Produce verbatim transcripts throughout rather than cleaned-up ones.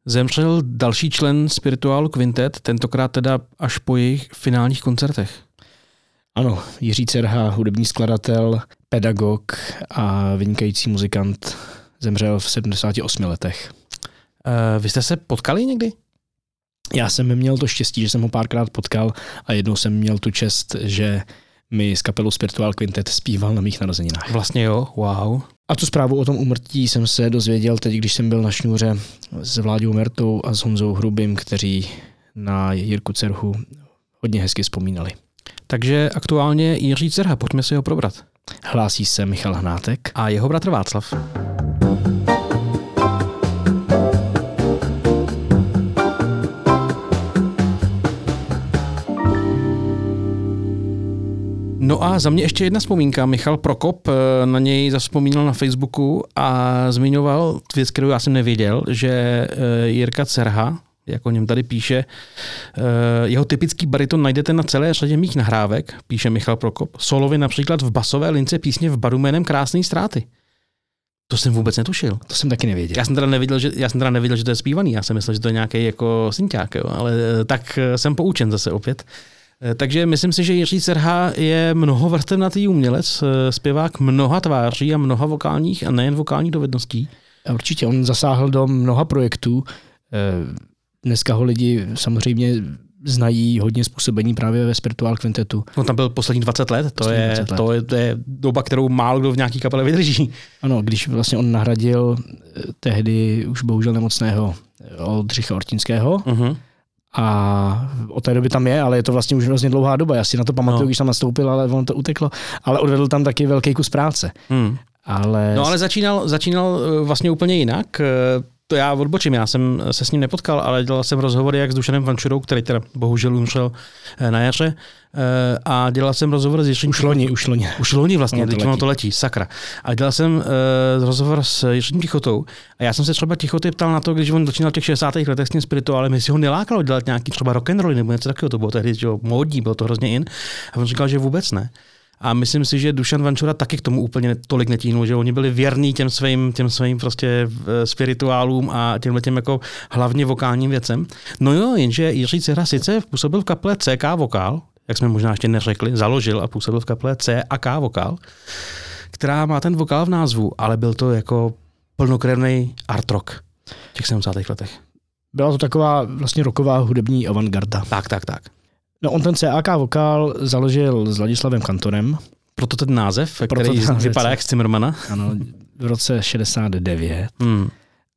Zemřel další člen Spirituálu Quintet, tentokrát teda až po jejich finálních koncertech. Ano, Jiří Cerha, hudební skladatel, pedagog a vynikající muzikant, zemřel v sedmdesáti osmi letech. Uh, vy jste se potkali někdy? Já jsem měl to štěstí, že jsem ho párkrát potkal a jednou jsem měl tu čest, že mi s kapelou Spiritual Quintet zpíval na mých narozeninách. Vlastně jo, wow. A tu zprávu o tom úmrtí jsem se dozvěděl teď, když jsem byl na šňůře s Vláďou Mertou a s Honzou Hrubým, kteří na Jirku Cerhu hodně hezky vzpomínali. Takže aktuálně Jiří Cerha, pojďme si ho probrat. Hlásí se Michal Hnátek a jeho bratr Václav. No a za mě ještě jedna vzpomínka. Michal Prokop na něj zavzpomínal na Facebooku a zmiňoval věc, kterou já jsem nevěděl, že Jirka Cerha, jak o něm tady píše, jeho typický bariton najdete na celé řadě mých nahrávek, píše Michal Prokop, solovy například v basové lince písně v baru jménem Krásný ztráty. To jsem vůbec netušil. To jsem taky nevěděl. Já jsem teda nevěděl, že, já jsem teda nevěděl, že to je zpívaný. Já jsem myslel, že to je nějaký jako synťák, jo. Ale tak jsem poučen zase opět. Takže myslím si, že Jiří Cerha je mnohovrstevnatý umělec, zpěvák mnoha tváří a mnoha vokálních a nejen vokálních dovedností. A určitě, on zasáhl do mnoha projektů. Dneska ho lidi samozřejmě znají hodně způsobení právě ve Spiritual Quintetu. On tam byl poslední dvacet let, to, je, dvacet let. To, je, to je doba, kterou málo kdo v nějaký kapele vydrží. Ano, když vlastně on nahradil tehdy už bohužel nemocného Oldřicha Ortinského, uh-huh. A od té doby tam je, ale je to vlastně už vlastně dlouhá doba. Já si na to pamatuju, no. Když tam nastoupil, ale on to uteklo. Ale odvedl tam taky velký kus práce. Hmm. Ale... No ale začínal, začínal vlastně úplně jinak. To já odbočím, já jsem se s ním nepotkal, ale dělal jsem rozhovory jak s Dušanem Vančurou, který teda bohužel umřel na jaře. A dělal jsem rozhovor s Jiřím... Už loni, už loni. Už loni vlastně, teď to, to letí, sakra. A dělal jsem uh, rozhovor s Jiřím Tichotou a já jsem se třeba Tichoty ptal na to, když on začínal v těch šedesátých letech s tím Spirituálem, jestli ho nelákalo dělat nějaký třeba rock'n'roll nebo něco takového, to bylo tehdy že módní, bylo to hrozně in. A on říkal, že vůbec ne. A myslím si, že Dušan Vančura taky k tomu úplně tolik netíhnul, že oni byli věrní těm svým, těm svým prostě spirituálům a těmhle těm jako hlavně vokálním věcem. No jo, jenže Jiří Cerha sice působil v kapele C K Vokál, jak jsme možná ještě neřekli, založil a působil v kapele C a K Vokál, která má ten vokál v názvu, ale byl to jako plnokrevný art rock v těch sedmdesátých letech. Byla to taková vlastně rocková hudební avantgarda. Tak, tak, tak. No on ten C A K Vokál založil s Ladislavem Kantorem. Proto ten název, Proto který ten název, vypadá jak z Zimmermana. Ano, v roce šedesát devět. Hmm.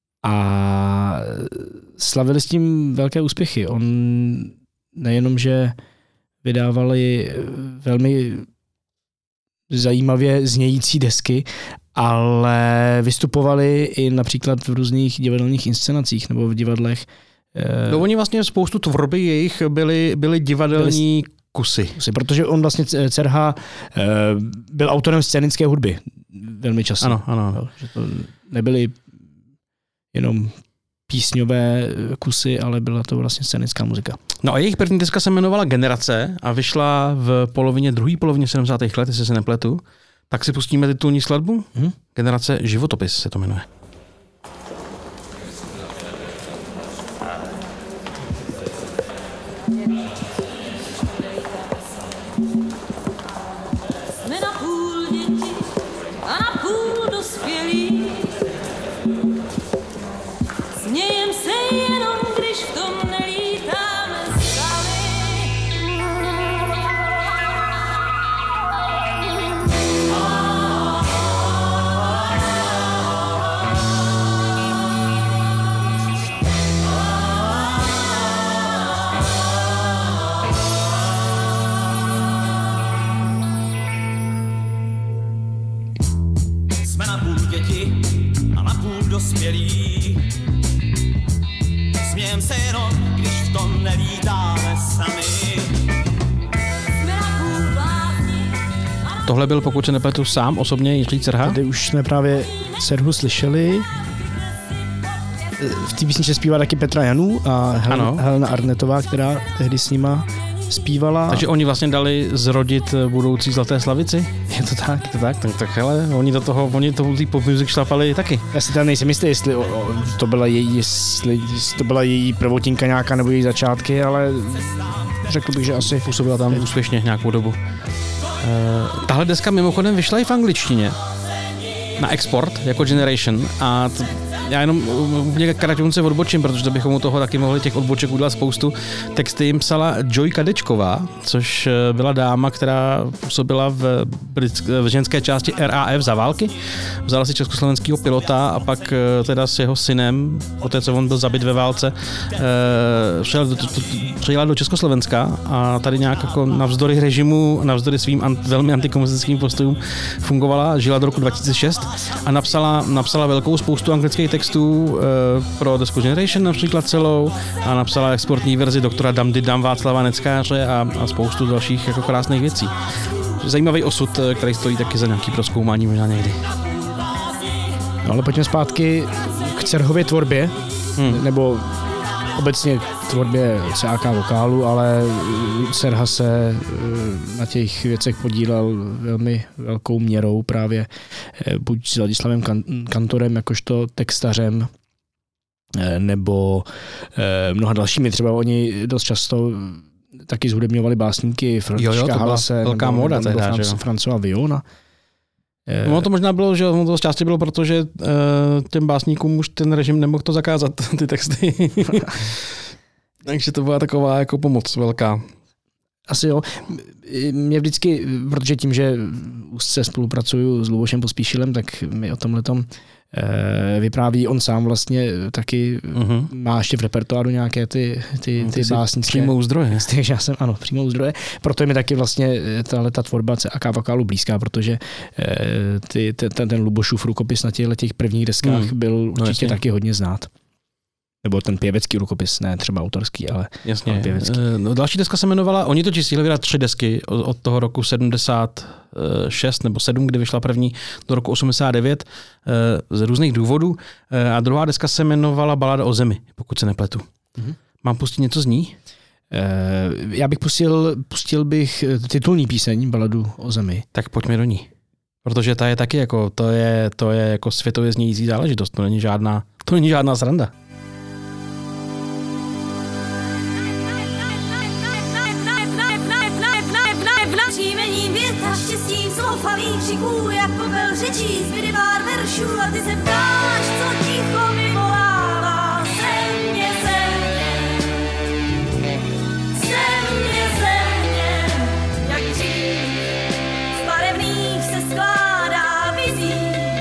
A slavili s tím velké úspěchy. On nejenom, že vydávali velmi zajímavě znějící desky, ale vystupovali i například v různých divadelních inscenacích nebo v divadlech. No oni vlastně spoustu tvorby jejich byly, byly divadelní byly kusy. kusy. Protože on vlastně Cerha byl autorem scénické hudby velmi často. Ano, ano. Že to nebyly jenom písňové kusy, ale byla to vlastně scénická muzika. No a jejich první deska se jmenovala Generace a vyšla v polovině, druhé polovině sedmdesátých let, jestli se nepletu. Tak si pustíme titulní skladbu. Hmm? Generace Životopis se to jmenuje. Smějem se jenom, když v tom nelítáme sami. Tohle byl, pokud se nepletu, sám osobně Jiří Cerha. Tady už jsme právě Cerhu slyšeli. V té písničce zpívá taky Petra Janů a Hel- Helena Arnetová, která tehdy s nima zpívala. Takže oni vlastně dali zrodit budoucí Zlaté slavici? Je to tak? Je to tak? Tak, tak hele, oni do toho, oni to pop music šlapali taky. Já si tam nejsem jistý, jestli o, o, to byla její, jestli, jestli to byla její prvotinka nějaká nebo její začátky, ale řekl bych, že asi působila tam úspěšně nějakou dobu. Uh, tahle deska mimochodem vyšla i v angličtině na export jako Generation a t- já jenom úplně kraťunce odbočím, protože to bychom u toho taky mohli těch odboček udělat spoustu. Texty jim psala Joy Kadečková, což byla dáma, která působila v, v ženské části R A F za války. Vzala si československého pilota a pak teda s jeho synem, poté co on byl zabit ve válce, šel do, přijela do Československa a tady nějak jako navzdory režimu, navzdory svým an, velmi antikomunistickým postojům fungovala, žila do roku dva tisíce šest a napsala, napsala velkou spoustu anglických textů uh, pro desku Generation například celou a napsala exportní verzi doktora Damdy Dam Václava Neckáře a, a spoustu dalších jako krásných věcí. Zajímavý osud, který stojí taky za nějaký prozkoumání možná někdy. No ale pojďme zpátky k Cerhově tvorbě, hmm. nebo obecně k tvorbě C A K vokálu, ale Cerha se na těch věcech podílel velmi velkou měrou právě buď s Ladislavem Kantorem jakožto textařem, nebo mnoha dalšími. Třeba oni dost často taky zhudebňovali básníky Františka Halase, velká móda nebo Franc- François Villona. No to možná bylo, že ono to z části bylo, protože uh, těm básníkům už ten režim nemohl to zakázat, ty texty. Takže to byla taková jako pomoc velká. Asi jo. Mě vždycky, protože tím, že úzce spolupracuju s Lubošem Pospíšilem, tak mi o tomhletom eh, vypráví on sám vlastně taky, uh-huh. má ještě v repertoáru nějaké ty, ty, ty, ty básnické. Přímou zdroje. Takže já jsem, ano, přímou zdroje. Proto je mi taky vlastně tahleta tvorba C A K vokálu blízká, protože eh, ty, ten, ten Lubošův rukopis na těchto těch prvních deskách hmm. byl určitě no, taky hodně znát. Nebo ten pěvecký rukopis, ne třeba autorský, ale, jasně. ale pěvecký. No, další deska se jmenovala, oni to stihli vydat tři desky od, od toho roku sedmdesát šest nebo sedm, kdy vyšla první, do roku osmdesát devět z různých důvodů. A druhá deska se jmenovala Balada o zemi, pokud se nepletu. Mm-hmm. Mám pustit něco z ní? Já bych pustil, pustil bych titulní píseň Baladu o zemi. Tak pojďme do ní. Protože ta je taky jako, to je, to je jako světově znějící záležitost, to není žádná, to není žádná sranda. Štěstím zoufalých křiků, jak popel řečí, zbydy pár veršů a ty se ptáš, co ticho mi volává. Země, země, země, země, jak dřív z barevných se skládá vizí.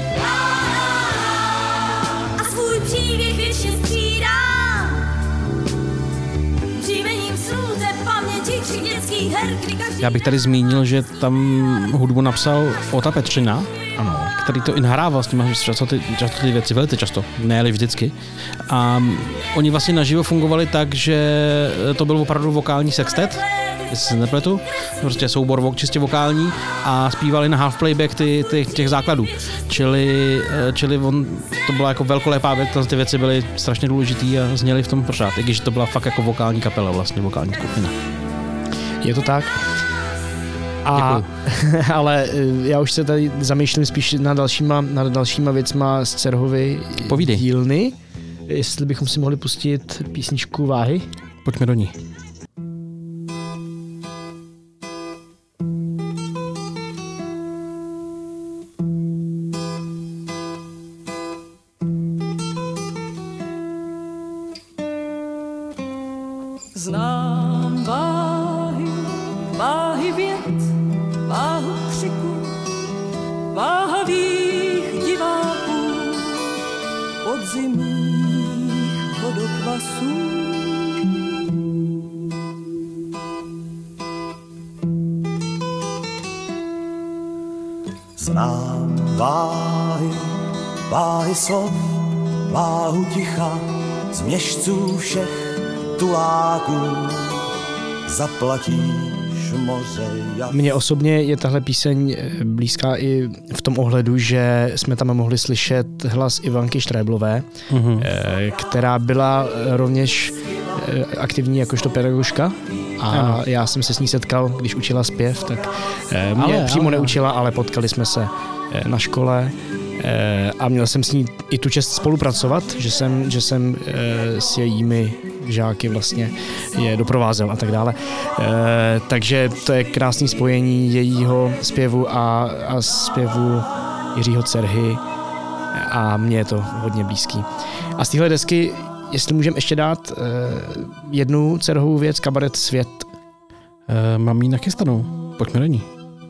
A svůj příběh věčně střídá břímením snů té paměti křik dětských her, kdy každý... Já bych tady zmínil, že tam hudbu napsal Ota Petřina, ano, který to i nahrával s tím, často ty, často ty věci, velice často, ne-li vždycky. A oni vlastně naživo fungovali tak, že to byl opravdu vokální sextet, jestli se nepletu, prostě soubor čistě vokální a zpívali na half playback ty, ty, těch základů. Čili, čili on, to byla jako velkolepá věc, ty věci byly strašně důležitý a zněly v tom pořád, i když to byla fakt jako vokální kapela, vlastně vokální skupina. Je to tak. A, ale já už se tady zamýšlím spíš nad dalšíma, nad dalšíma věcma z Cerhovy dílny. Jestli bychom si mohli pustit písničku Váhy. Pojďme do ní. Znám váhy, váhy vět, váhu křiku, váhavých diváků, podzimních vodokvasů. Znám váhy, váhy slov, váhu ticha, z měšců všech tuláků, zaplatíš moře. Mně osobně je tahle píseň blízká i v tom ohledu, že jsme tam mohli slyšet hlas Ivanky Štréblové, mm-hmm. která byla rovněž aktivní jakožto pedagožka a ano. Já jsem se s ní setkal, když učila zpěv, tak mě ale, přímo ale. neučila, ale potkali jsme se na škole a měl jsem s ní i tu čest spolupracovat, že jsem, že jsem s jejími žáky vlastně je doprovázel a tak dále. Takže to je krásné spojení jejího zpěvu a, a zpěvu Jiřího Cerhy a mně je to hodně blízký. A z téhle desky, jestli můžeme ještě dát jednu Cerhovou věc, Kabaret Svět. E, mám ji nachystanou, pojďme do ní.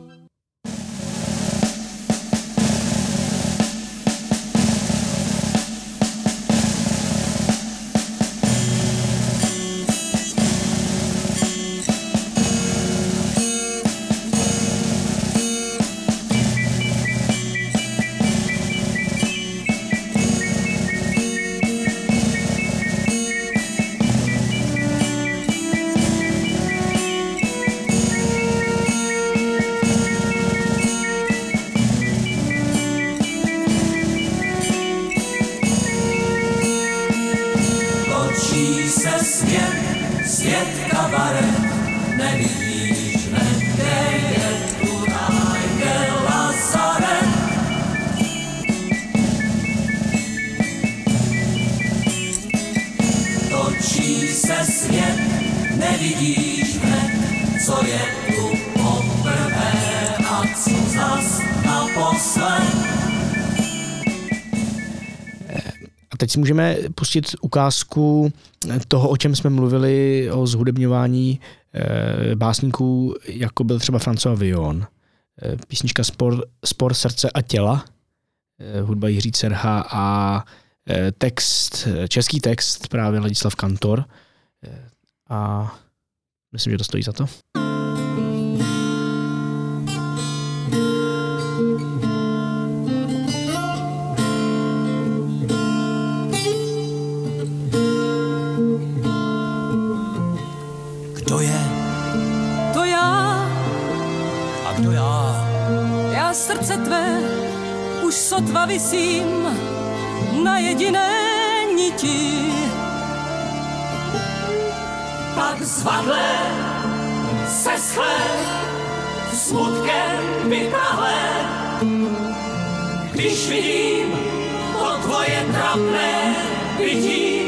Teď si můžeme pustit ukázku toho, o čem jsme mluvili, o zhudebňování e, básníků, jako byl třeba François Villon. E, písnička Spor, Spor srdce a těla, e, hudba Jiří Cerha a e, text, český text právě Ladislav Kantor. E, a myslím, že to stojí za to. Srdce tvé už sotva visím na jediné niti. Pak zvadlé, seschlé, smutkem vyprahlé, když vidím to tvoje trapné bytí.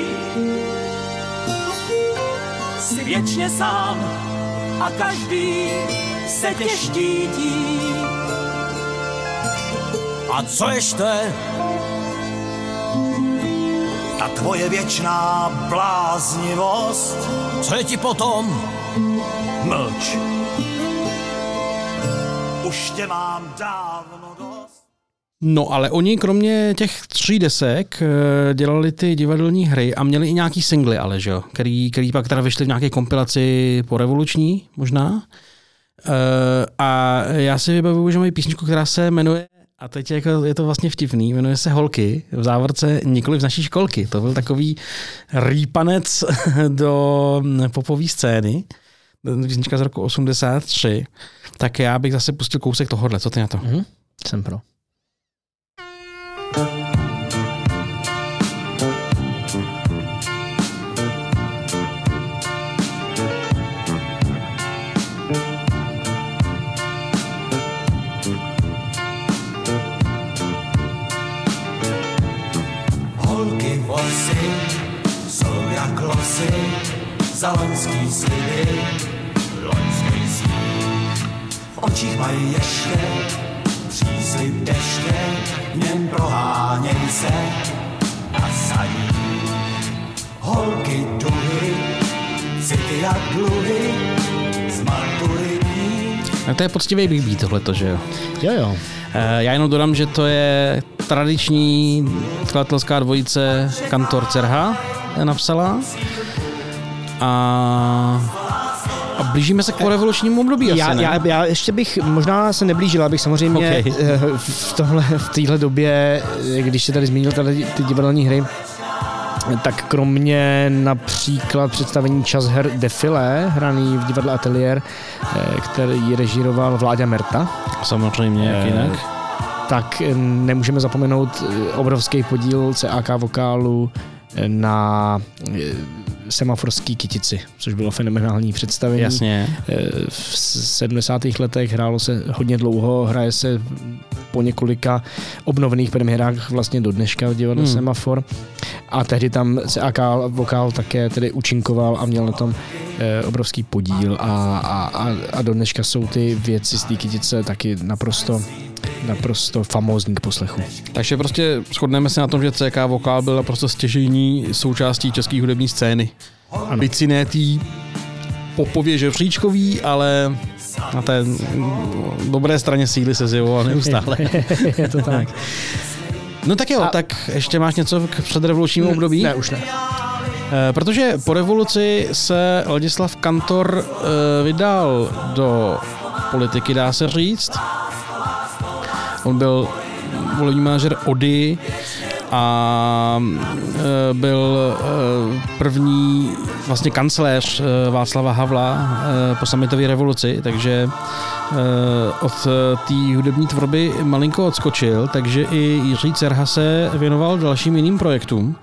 Jsi věčně sám a každý se tě štítí. A co ještě? Ta tvoje věčná bláznivost. Co je ti potom? Mlč. Už tě mám dávno dost. No ale oni kromě těch tří desek dělali ty divadelní hry a měli i nějaký singly, ale že jo, který, který pak teda vyšly v nějaké kompilaci porevoluční možná. A já si vybavuju, že mají písničku, která se jmenuje, a teď je, jako, je to vlastně vtipný, jmenuje se Holky, v závorce nikoli z naší školky. To byl takový rýpanec do popové scény, písnička z roku osmdesát tři. Tak já bych zase pustil kousek tohohle, co ty na to? Mm-hmm. Jsem pro. Za loňský sliby, loňský sníh. V očích mají ještě příslib deště, v něm proháněj se a saní. Holky duhy, city a dluhy, z maturitní. A to je poctivý Big Beat tohleto, že jo? Jo, jo. Já jenom dodám, že to je tradiční skladatelská dvojice Kantor Cerha napsala. A, a blížíme se k revolučnímu období asi, já, ne? Já, já ještě bych, možná se neblížila, abych samozřejmě okay. v, tomhle, v téhle době, když se tady zmínil tady ty divadelní hry, tak kromě například představení Čas her Defilé, hraný v divadle Atelier, který režíroval Vláďa Merta. Samozřejmě, jak jinak. Tak nemůžeme zapomenout obrovský podíl C A K vokálu na Semaforský kytici, což bylo fenomenální představení. Jasně. V sedmdesátých letech hrálo se hodně dlouho, hraje se po několika obnovených premiérách vlastně do dneška v divadle hmm. Semafor. A tehdy tam se A K vokál také tedy účinkoval a měl na tom e, obrovský podíl a, a, a do dneška jsou ty věci z té kytice taky naprosto naprosto famózní k poslechu. Takže prostě shodneme se na tom, že C K Vokál byl naprosto stěžejní součástí české hudební scény. Byť si ne tý popově žebříčkový, ale na té dobré straně síly se zjevoval neustále. Je to tak. No tak jo, a... tak ještě máš něco k předrevolučnímu období? Ne, už ne. E, protože po revoluci se Ladislav Kantor e, vydal do politiky, dá se říct. On byl volební manažer Ody a e, byl e, první vlastně kancléř e, Václava Havla e, po sametové revoluci, takže e, od té hudební tvorby malinko odskočil, takže i Jiří Cerha se věnoval dalším jiným projektům.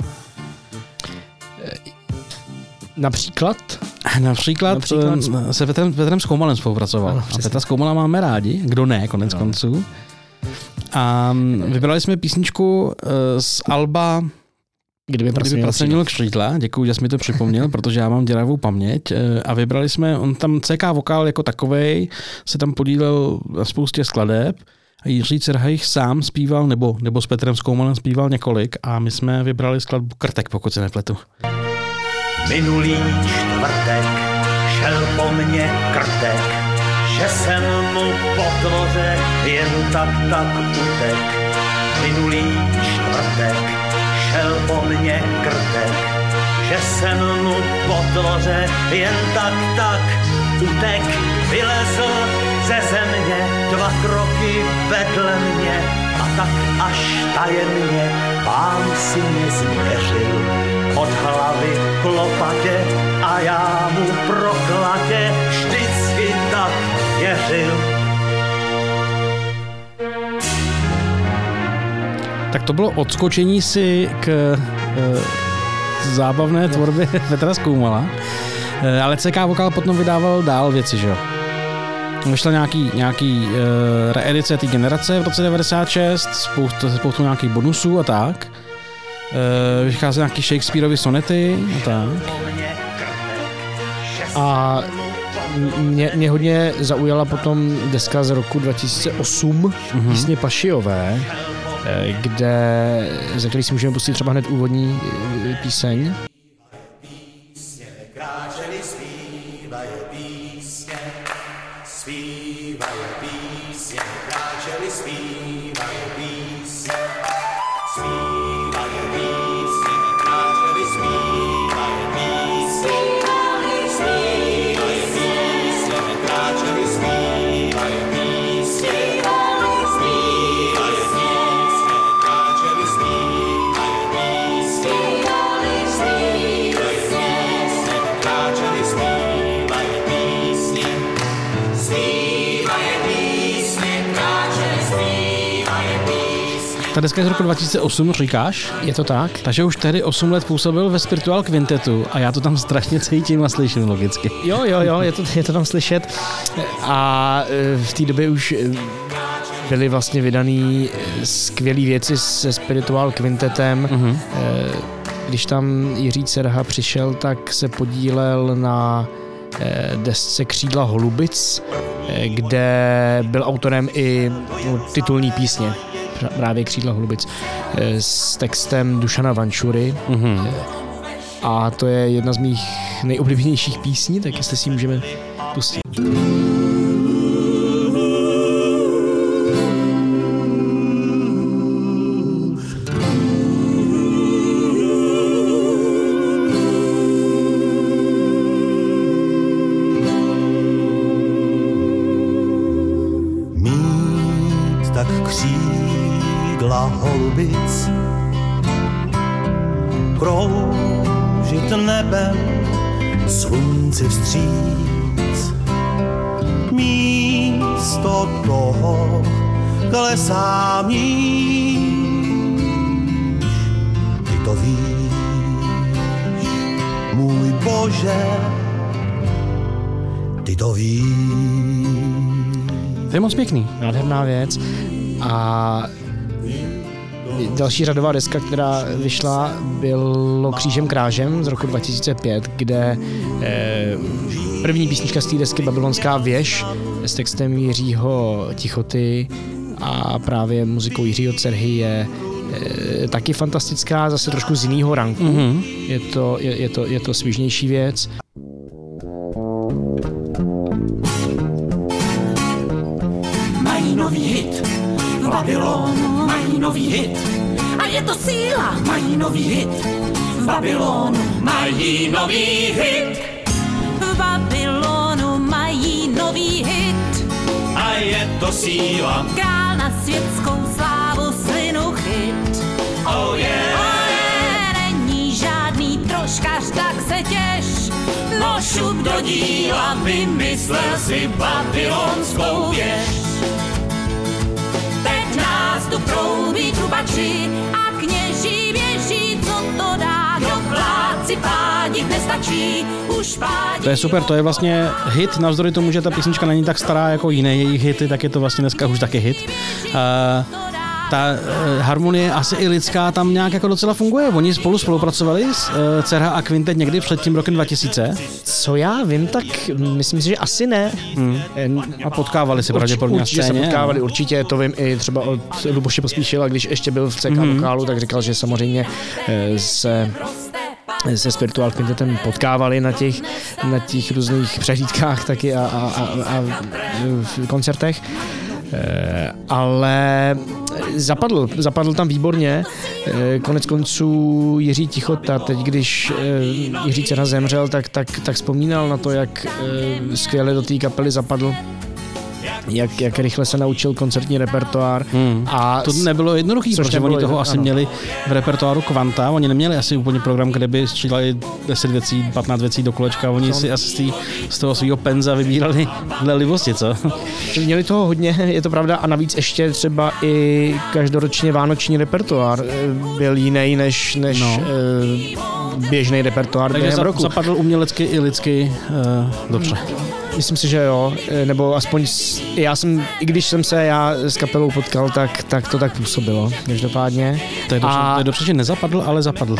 Například? Například, Například se Petrem, Petrem Skoumalem spolupracoval. Ano, a Petra Skoumala máme rádi, kdo ne, konec no. konců. A vybrali jsme písničku z alba Kdyby prasenilo křídla. Děkuju, že jsi mi to připomněl, protože já mám děravou paměť. A vybrali jsme, on tam C K Vokál jako takovej se tam podílel na spoustě skladeb a Jiří Cerha jich sám zpíval, nebo, nebo s Petrem Skoumalem zpíval několik a my jsme vybrali skladbu Krtek, pokud se nepletu. Minulý čtvrtek šel po mně krtek, že jsem mu po dvoře jen tak tak utek. Minulý čtvrtek šel po mně krtek, že jsem mu po dvoře jen tak tak utek. Vylezl ze země dva kroky vedle mě a tak až tajemně pán si mě změřil od hlavy k lopatě a já mu proklatě vždycky tak věřil. Tak to bylo odskočení si k e, zábavné tvorbě Petra Skoumala, e, ale C K Vokál potom vydával dál věci, že jo? Vyšla nějaký, nějaký e, reedice té generace v roce devadesát šest, spoustu, spoustu nějakých bonusů a tak. E, vycházely nějaký Shakespeareovy sonety a tak. A mě, mě hodně zaujala potom deska z roku dva tisíce osm, mm-hmm. písně Pašijové, kde, za který si můžeme pustit třeba hned úvodní píseň. Ta deska je z roku dva tisíce osm, říkáš? Je to tak. Takže už tehdy osm let působil ve Spiritual Quintetu a já to tam strašně cítím a slyším logicky. Jo, jo, jo, je to, je to tam slyšet. A v té době už byly vlastně vydaný skvělé věci se Spiritual Quintetem. Mm-hmm. Když tam Jiří Cerha přišel, tak se podílel na desce Křídla holubic, kde byl autorem i titulní písně. Právě Křídla holubic s textem Dušana Vančury. Mm-hmm. A to je jedna z mých nejoblíbenějších písní, tak jestli si můžeme pustit. Mít tak křídla holubic, kroužit nebem, slunci vstříc. Místo toho klesám níž, ty to víš, můj Bože, ty to víš. To je moc pěkný. Nádherná věc. A další řadová deska, která vyšla, bylo Křížem krážem z roku dva tisíce pět, kde eh, první písnička z té desky Babylonská věž s textem Jiřího Tichoty a právě muzikou Jiřího Cerhy je eh, taky fantastická, zase trošku z jiného ranku. Mm-hmm. Je to, je, je to, je to svížnější věc. Mají nový hit, v Babylonu mají nový hit. A je to síla, mají nový hit, v Babylonu mají nový hit. V Babylonu mají nový hit. A je to síla, Král na světskou slávu slinu chyt. oh yeah. Ale není žádný troškař, tak se těš. No šup do díla, vymyslel si babylonskou věž. Teď nás tu proubí trubači a kněží věří, co to dá. Do pláci pádit nestačí, už pádit. To je super, to je vlastně hit, navzdory tomu, že ta písnička není tak stará jako jiné jejich hity, tak je to vlastně dneska už taky hit. Uh, ta uh, harmonie asi i lidská tam nějak jako docela funguje. Oni spolu spolupracovali s uh, Cerha a Quintet někdy před tím rokem dva tisíce. Co já vím, tak myslím si, že asi ne. Hmm. A potkávali se pravděpodobně na Určitě scéně. se potkávali, určitě, to vím i třeba od Luboše Pospíšila, když ještě byl v C K mm. vokálu, tak říkal, že samozřejmě eh, se se Spiritual Quintetem potkávali na těch, na těch různých přehlídkách taky a, a, a, a v koncertech. E, ale zapadl, zapadl tam výborně. E, konec konců Jiří Tichota, teď když e, Jiří Cerha zemřel, tak, tak, tak vzpomínal na to, jak e, skvěle do té kapely zapadl. Jak, jak rychle se naučil koncertní repertoár. Hmm. A to nebylo jednoduchý, protože nebylo oni toho jedno, asi ano. měli v repertoáru kvanta. Oni neměli asi úplně program, kde by střídali deset věcí, patnáct věcí do kolečka. Oni si asi z, tý, z toho svého penza vybírali dle libosti, co? Měli toho hodně, je to pravda. A navíc ještě třeba i každoročně vánoční repertoár byl jiný než, než no. běžný repertoár Takže během roku. zapadl umělecky i lidsky uh, dobře. Myslím si, že jo, nebo aspoň já jsem, i když jsem se já s kapelou potkal, tak, tak to tak působilo, každopádně. To je dobře, a, to je dobře, že nezapadl, ale zapadl.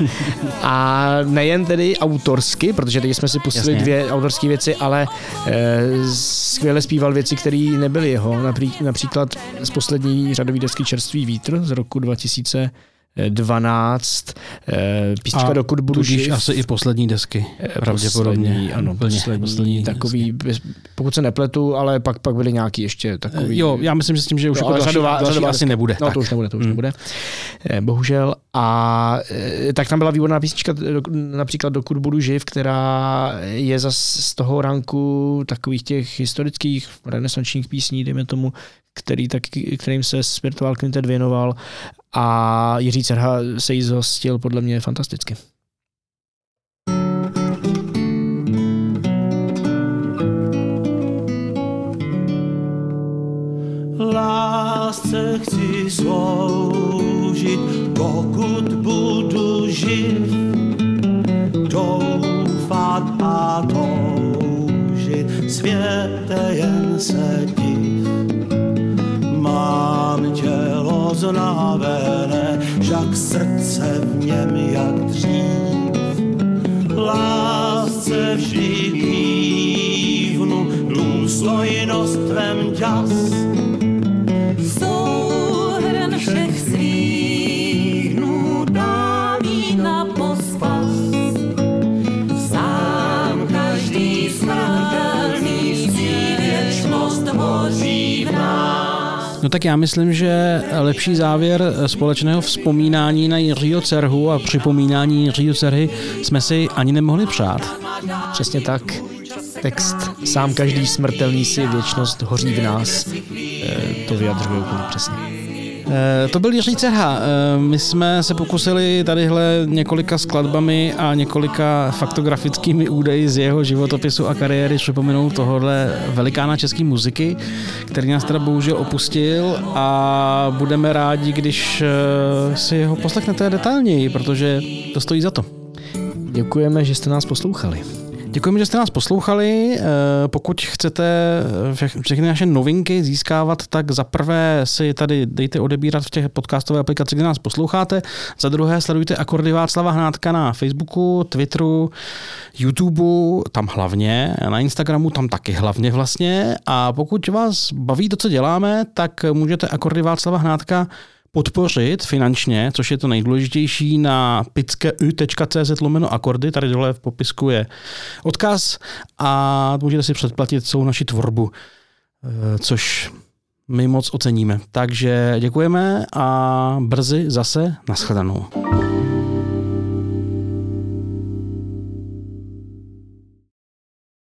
A nejen tedy autorsky, protože teď jsme si pustili Jasně. dvě autorské věci, ale e, skvěle zpíval věci, které nebyly jeho. Napří, například z poslední řadové desky Čerstvý vítr z roku dva tisíce dvanáct, písnička Dokud budu živ. asi i poslední desky, pravděpodobně. Poslední, ano, Plně, poslední, poslední takový, pokud se nepletu, ale pak, pak byly nějaký ještě takový. Jo, já myslím, že s tím, že už no, jako další, řadová, další řadová asi nebude. No tak. to už nebude, to už hmm. nebude. Bohužel. A tak tam byla výborná písnička, například Dokud budu živ, která je zase z toho ranku takových těch historických renesančních písní, dejme tomu, který tak, kterým se Spiritual Quintet věnoval a Jiří Cerha se jí zhostil podle mě fantasticky. Lásce chci sloužit, dokud budu živ, doufat a toužit, světe jen se div. Mám tělo znavené, však srdce v něm jak dřív. Lásce vždy kývnu, důstojnost tvem ďas. Souhrn všech svých dnů dám jí na pospas. Sám každý smrtelný svý věčnost hoří v nás. No tak já myslím, že lepší závěr společného vzpomínání na Jiřího Cerhu a připomínání Jiřího Cerhy jsme si ani nemohli přát. Přesně tak. Text Sám každý smrtelný si věčnost hoří v nás. To vyjadřuje úplně přesně. To byl Jiří Cerha. My jsme se pokusili tadyhle několika skladbami a několika faktografickými údaji z jeho životopisu a kariéry připomenout tohohle velikána české muziky, který nás teda bohužel opustil a budeme rádi, když si ho poslechnete detailněji, protože to stojí za to. děkujeme, že jste nás poslouchali. Děkujeme, že jste nás poslouchali. Pokud chcete všechny naše novinky získávat, tak za prvé si tady dejte odebírat v těch podcastové aplikaci, kde nás posloucháte. Za druhé sledujte Akordy Václava Hnátka na Facebooku, Twitteru, YouTubeu, tam hlavně, na Instagramu tam taky hlavně vlastně. A pokud vás baví to, co děláme, tak můžete Akordy Václava Hnátka podpořit finančně, což je to nejdůležitější, na picke.cz lomeno akordy, tady dole v popisku je odkaz a můžete si předplatit celou naši tvorbu, což my moc oceníme. Takže děkujeme a brzy zase nashledanou.